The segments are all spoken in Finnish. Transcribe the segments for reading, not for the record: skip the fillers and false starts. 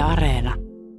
Areena.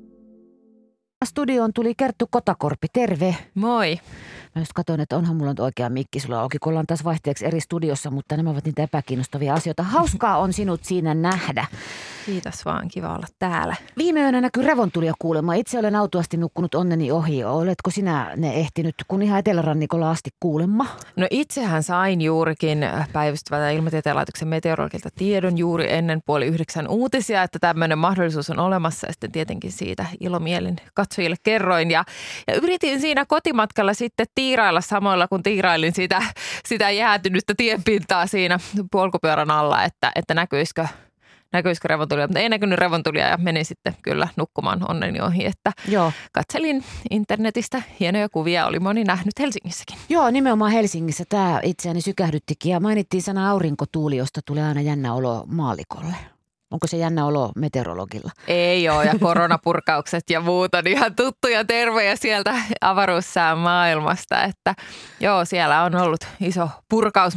Studioon tuli Kerttu Kotakorpi, terve. Moi. Mä just katsoin, että onhan mulla nyt oikea mikki sulla auki, kun ollaan taas vaihteeksi eri studiossa, mutta nämä ovat niitä epäkiinnostavia asioita. Hauskaa on sinut siinä nähdä. Kiitos vaan, kiva olla täällä. Viime yönä näkyy revontulia kuulemma. Itse olen autuasti nukkunut onneni ohi. Oletko sinä ne ehtinyt, kun ihan Etelärannikolla asti kuulemma? No itsehän sain juurikin päivystävältä Ilmatieteen laitoksen meteorologilta tiedon juuri ennen 8:30 uutisia, että tämmöinen mahdollisuus on olemassa. Ja sitten tietenkin siitä ilomielin katsojille kerroin. Ja yritin siinä kotimatkalla sitten tiirailla samoilla, kun tiirailin sitä jäätynyttä tienpintaa siinä polkupyörän alla, että näkyisikö revontulia, mutta ei näkynyt revontulia ja menin sitten kyllä nukkumaan onneni ohi, että Joo. Katselin internetistä hienoja kuvia, oli moni nähnyt Helsingissäkin. Joo, nimenomaan Helsingissä. Tämä itseäni sykähdyttikin ja mainittiin sana aurinkotuuli, josta tulee aina jännä olo maallikolle. Onko se jännä olo meteorologilla? Ei ole, ja koronapurkaukset ja muut on ihan tuttuja tervejä sieltä avaruussään maailmasta, että joo, siellä on ollut iso purkaus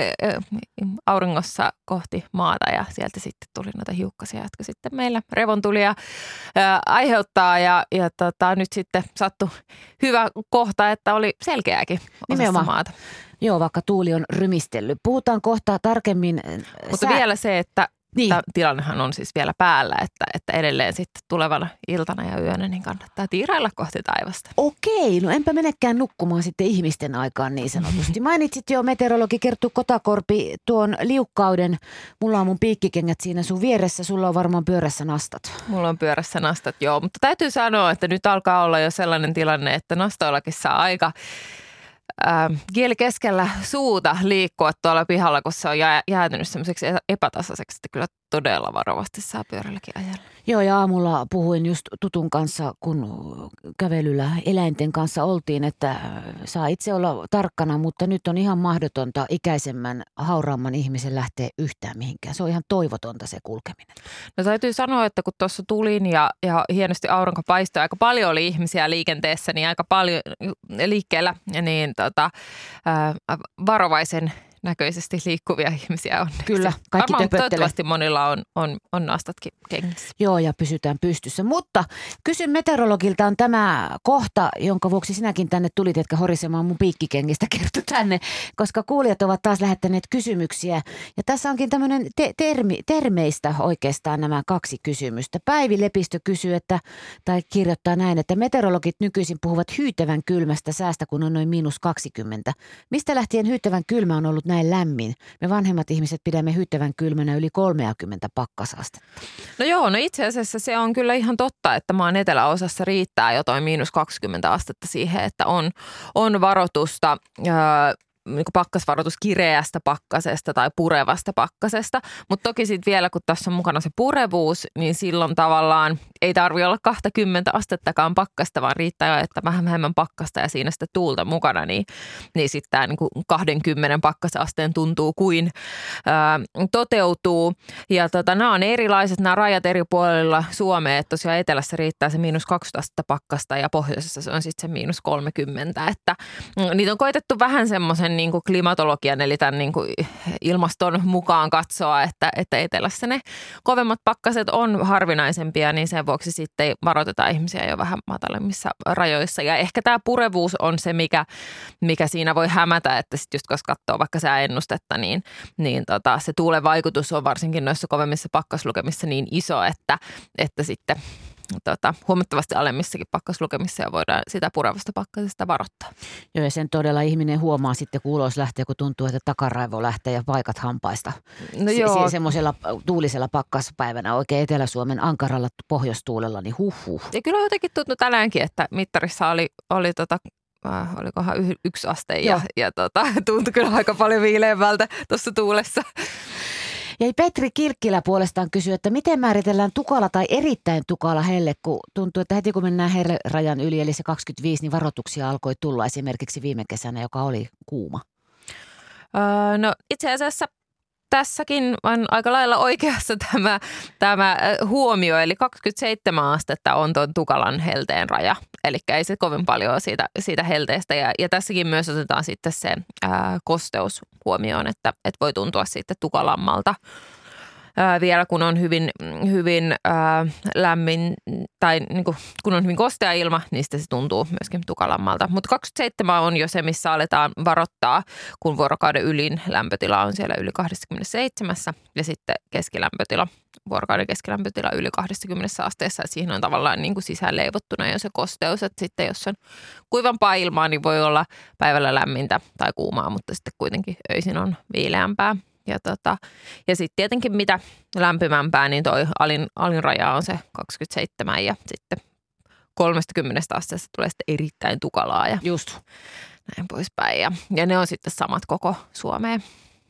auringossa kohti maata ja sieltä sitten tuli noita hiukkasia, jotka sitten meillä revontulia aiheuttaa ja nyt sitten sattui hyvä kohta, että oli selkeääkin osassa maata. Joo, vaikka tuuli on rymistellyt. Puhutaan kohta tarkemmin. Mutta vielä se, että niin. Tilannehan on siis vielä päällä, että edelleen sitten tulevana iltana ja yönä niin kannattaa tiirailla kohti taivasta. Okei, no enpä menekään nukkumaan sitten ihmisten aikaan niin sanotusti. Mainitsit jo meteorologi Kerttu Kotakorpi tuon liukkauden. Mulla on mun piikkikengät siinä sun vieressä, sulla on varmaan pyörässä nastat. Mulla on pyörässä nastat, joo, mutta täytyy sanoa, että nyt alkaa olla jo sellainen tilanne, että nastoillakin saa aika kieli keskellä suuta liikkua tuolla pihalla, kun se on jäätynyt semmoiseksi epätasaiseksi, että kyllä todella varovasti saa pyörälläkin ajalla. Joo, ja aamulla puhuin just tutun kanssa, kun kävelyllä eläinten kanssa oltiin, että saa itse olla tarkkana, mutta nyt on ihan mahdotonta ikäisemmän, hauraamman ihmisen lähteä yhtään mihinkään. Se on ihan toivotonta se kulkeminen. No täytyy sanoa, että kun tuossa tulin ja hienosti aurinko paistoi, aika paljon oli ihmisiä liikenteessä, niin aika paljon liikkeellä, niin varovaisen näköisesti liikkuvia ihmisiä on. Kyllä, kaikki töpöttelee. Toivottavasti monilla on nastatkin kengissä. Joo, ja pysytään pystyssä. Mutta kysyn meteorologilta on tämä kohta, jonka vuoksi sinäkin tänne tulit, etkä horisemaan mun piikkikengistä Kerttu tänne, koska kuulijat ovat taas lähettäneet kysymyksiä. Ja tässä onkin tämmöinen termeistä oikeastaan nämä kaksi kysymystä. Päivi Lepistö kysyy, tai kirjoittaa näin, että meteorologit nykyisin puhuvat hyytävän kylmästä säästä, kun on noin -20. Mistä lähtien hyytävän kylmä on ollut näin lämmin? Me vanhemmat ihmiset pidämme hyyttävän kylmänä yli 30 pakkasastetta. No joo, no itse asiassa se on kyllä ihan totta, että maan eteläosassa riittää jotain -20 astetta siihen, että on varoitusta, niin kuin pakkasvaroitus kireästä pakkasesta tai purevasta pakkasesta. Mutta toki sitten vielä, kun tässä on mukana se purevuus, niin silloin tavallaan ei tarvitse olla 20 astettakaan pakkasta, vaan riittää, että vähän vähemmän pakkasta ja siinä sitten tuulta mukana, niin sitten tämä niin kuin 20 pakkasasteen tuntuu kuin toteutuu. Ja nämä on erilaiset, nämä rajat eri puolilla Suomea, että tosiaan etelässä riittää se -20 astetta pakkasta ja pohjoisessa se on sitten se -30, että niitä on koitettu vähän semmoisen niin kuin klimatologian eli tämän niin kuin ilmaston mukaan katsoa, että etelässä ne kovemmat pakkaset on harvinaisempia, niin sen vuoksi sitten varoitetaan ihmisiä jo vähän matalemmissa rajoissa. Ja ehkä tämä purevuus on se, mikä siinä voi hämätä, että sitten just koska katsoo vaikka sääennustetta, niin se tuulen vaikutus on varsinkin noissa kovemmissa pakkaslukemissa niin iso, että sitten huomattavasti alemmissakin pakkaslukemissa ja voidaan sitä purevasta pakkasesta varoittaa. Joo, ja sen todella ihminen huomaa sitten, kun ulos lähtee, kun tuntuu, että takaraivo lähtee ja paikat hampaista. No joo. Semmoisella tuulisella pakkaspäivänä oikein Etelä-Suomen ankaralla pohjoistuulella, niin huh. Ja kyllä on jotenkin tuntunut tänäänkin, että mittarissa oli olikohan 1 aste ja tuntui kyllä aika paljon viileämmältä tuossa tuulessa. Ja Petri Kilkkilä puolestaan kysyy, että miten määritellään tukala tai erittäin tukala helle, kun tuntuu, että heti kun mennään herrajan yli, eli se 25, niin varoituksia alkoi tulla esimerkiksi viime kesänä, joka oli kuuma. No itse asiassa tässäkin on aika lailla oikeassa tämä huomio, eli 27 astetta on tuon tukalan helteen raja. Eli ei se kovin paljon siitä helteestä. Ja tässäkin myös otetaan sitten se kosteus huomioon, että voi tuntua sitten tukalammalta vielä kun on hyvin lämmin tai niin kuin, kun on hyvin kostea ilma, niin sitten se tuntuu myöskin tukalammalta. Mutta 27 on jo se, missä aletaan varoittaa, kun vuorokauden ylin lämpötila on siellä yli 27 ja sitten vuorokauden keskilämpötila yli 20 asteessa. Siihen on tavallaan niin kuin sisäänleivottuna jo se kosteus, että sitten jos on kuivampaa ilmaa, niin voi olla päivällä lämmintä tai kuumaa, mutta sitten kuitenkin öisin on viileämpää. Ja sitten tietenkin mitä lämpimämpää, niin toi alin raja on se 27 ja sitten 30 asteessa tulee sitten erittäin tukalaa ja just näin poispäin. Ja ne on sitten samat koko Suomeen.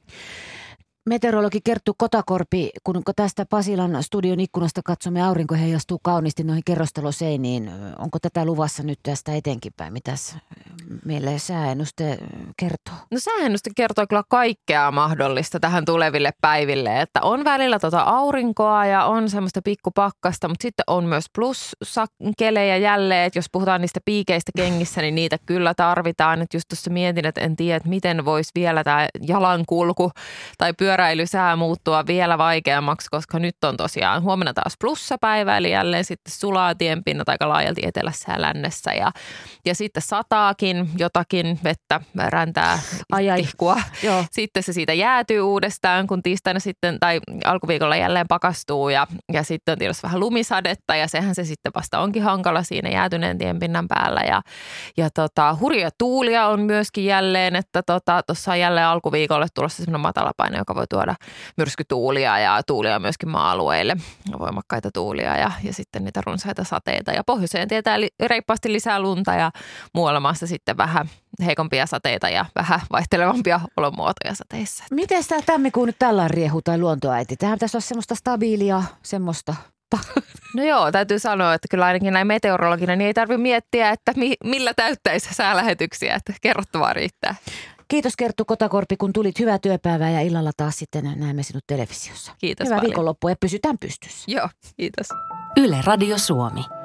Meteorologi Kerttu Kotakorpi, kun tästä Pasilan studion ikkunasta katsomme, aurinko heijastuu kauniisti noihin kerrostaloseiniin. Onko tätä luvassa nyt tästä eteenkin päin? Mitäs meille sääennuste kertoo? No sääennuste kertoo kyllä kaikkea mahdollista tähän tuleville päiville. Että on välillä aurinkoa ja on semmoista pikkupakkasta, mutta sitten on myös plussakelejä jälleen. Että jos puhutaan niistä piikeistä kengissä, niin niitä kyllä tarvitaan. Että just tuossa mietin, että en tiedä, että miten voisi vielä tämä jalankulku tai pyöräilysää muuttua vielä vaikeammaksi, koska nyt on tosiaan huomenna taas plussapäivä, eli jälleen sitten sulaa tienpinnat aika laajalti etelässä ja lännessä ja sitten sataakin jotakin vettä, räntää, tihkua. Sitten se siitä jäätyy uudestaan, kun tiistaina sitten tai alkuviikolla jälleen pakastuu ja sitten on tiedossa vähän lumisadetta ja sehän se sitten vasta onkin hankala siinä jäätyneen tienpinnan päällä ja hurja tuulia on myöskin jälleen, että tuossa on jälleen alkuviikolle tulossa semmoinen matalapaine, joka voi tuoda myrskytuulia ja tuulia myöskin maa-alueille, voimakkaita tuulia ja sitten niitä runsaita sateita. Ja pohjoiseen tietää reippaasti lisää lunta ja muualla maassa sitten vähän heikompia sateita ja vähän vaihtelevampia olomuotoja sateissa. Miten tämä tammikuun nyt tällä riehu tai luontoäiti? Tämähän pitäisi olla semmoista stabiilia, semmoista. No joo, täytyy sanoa, että kyllä ainakin näin meteorologina niin ei tarvitse miettiä, että millä täyttäisi säälähetyksiä, että kerrottavaa riittää. Kiitos Kerttu Kotakorpi, kun tulit. Hyvää työpäivää ja illalla taas sitten näemme sinut televisiossa. Kiitos Hyvää paljon. viikonloppua ja pysytään pystyssä. Joo, kiitos. Yle Radio Suomi.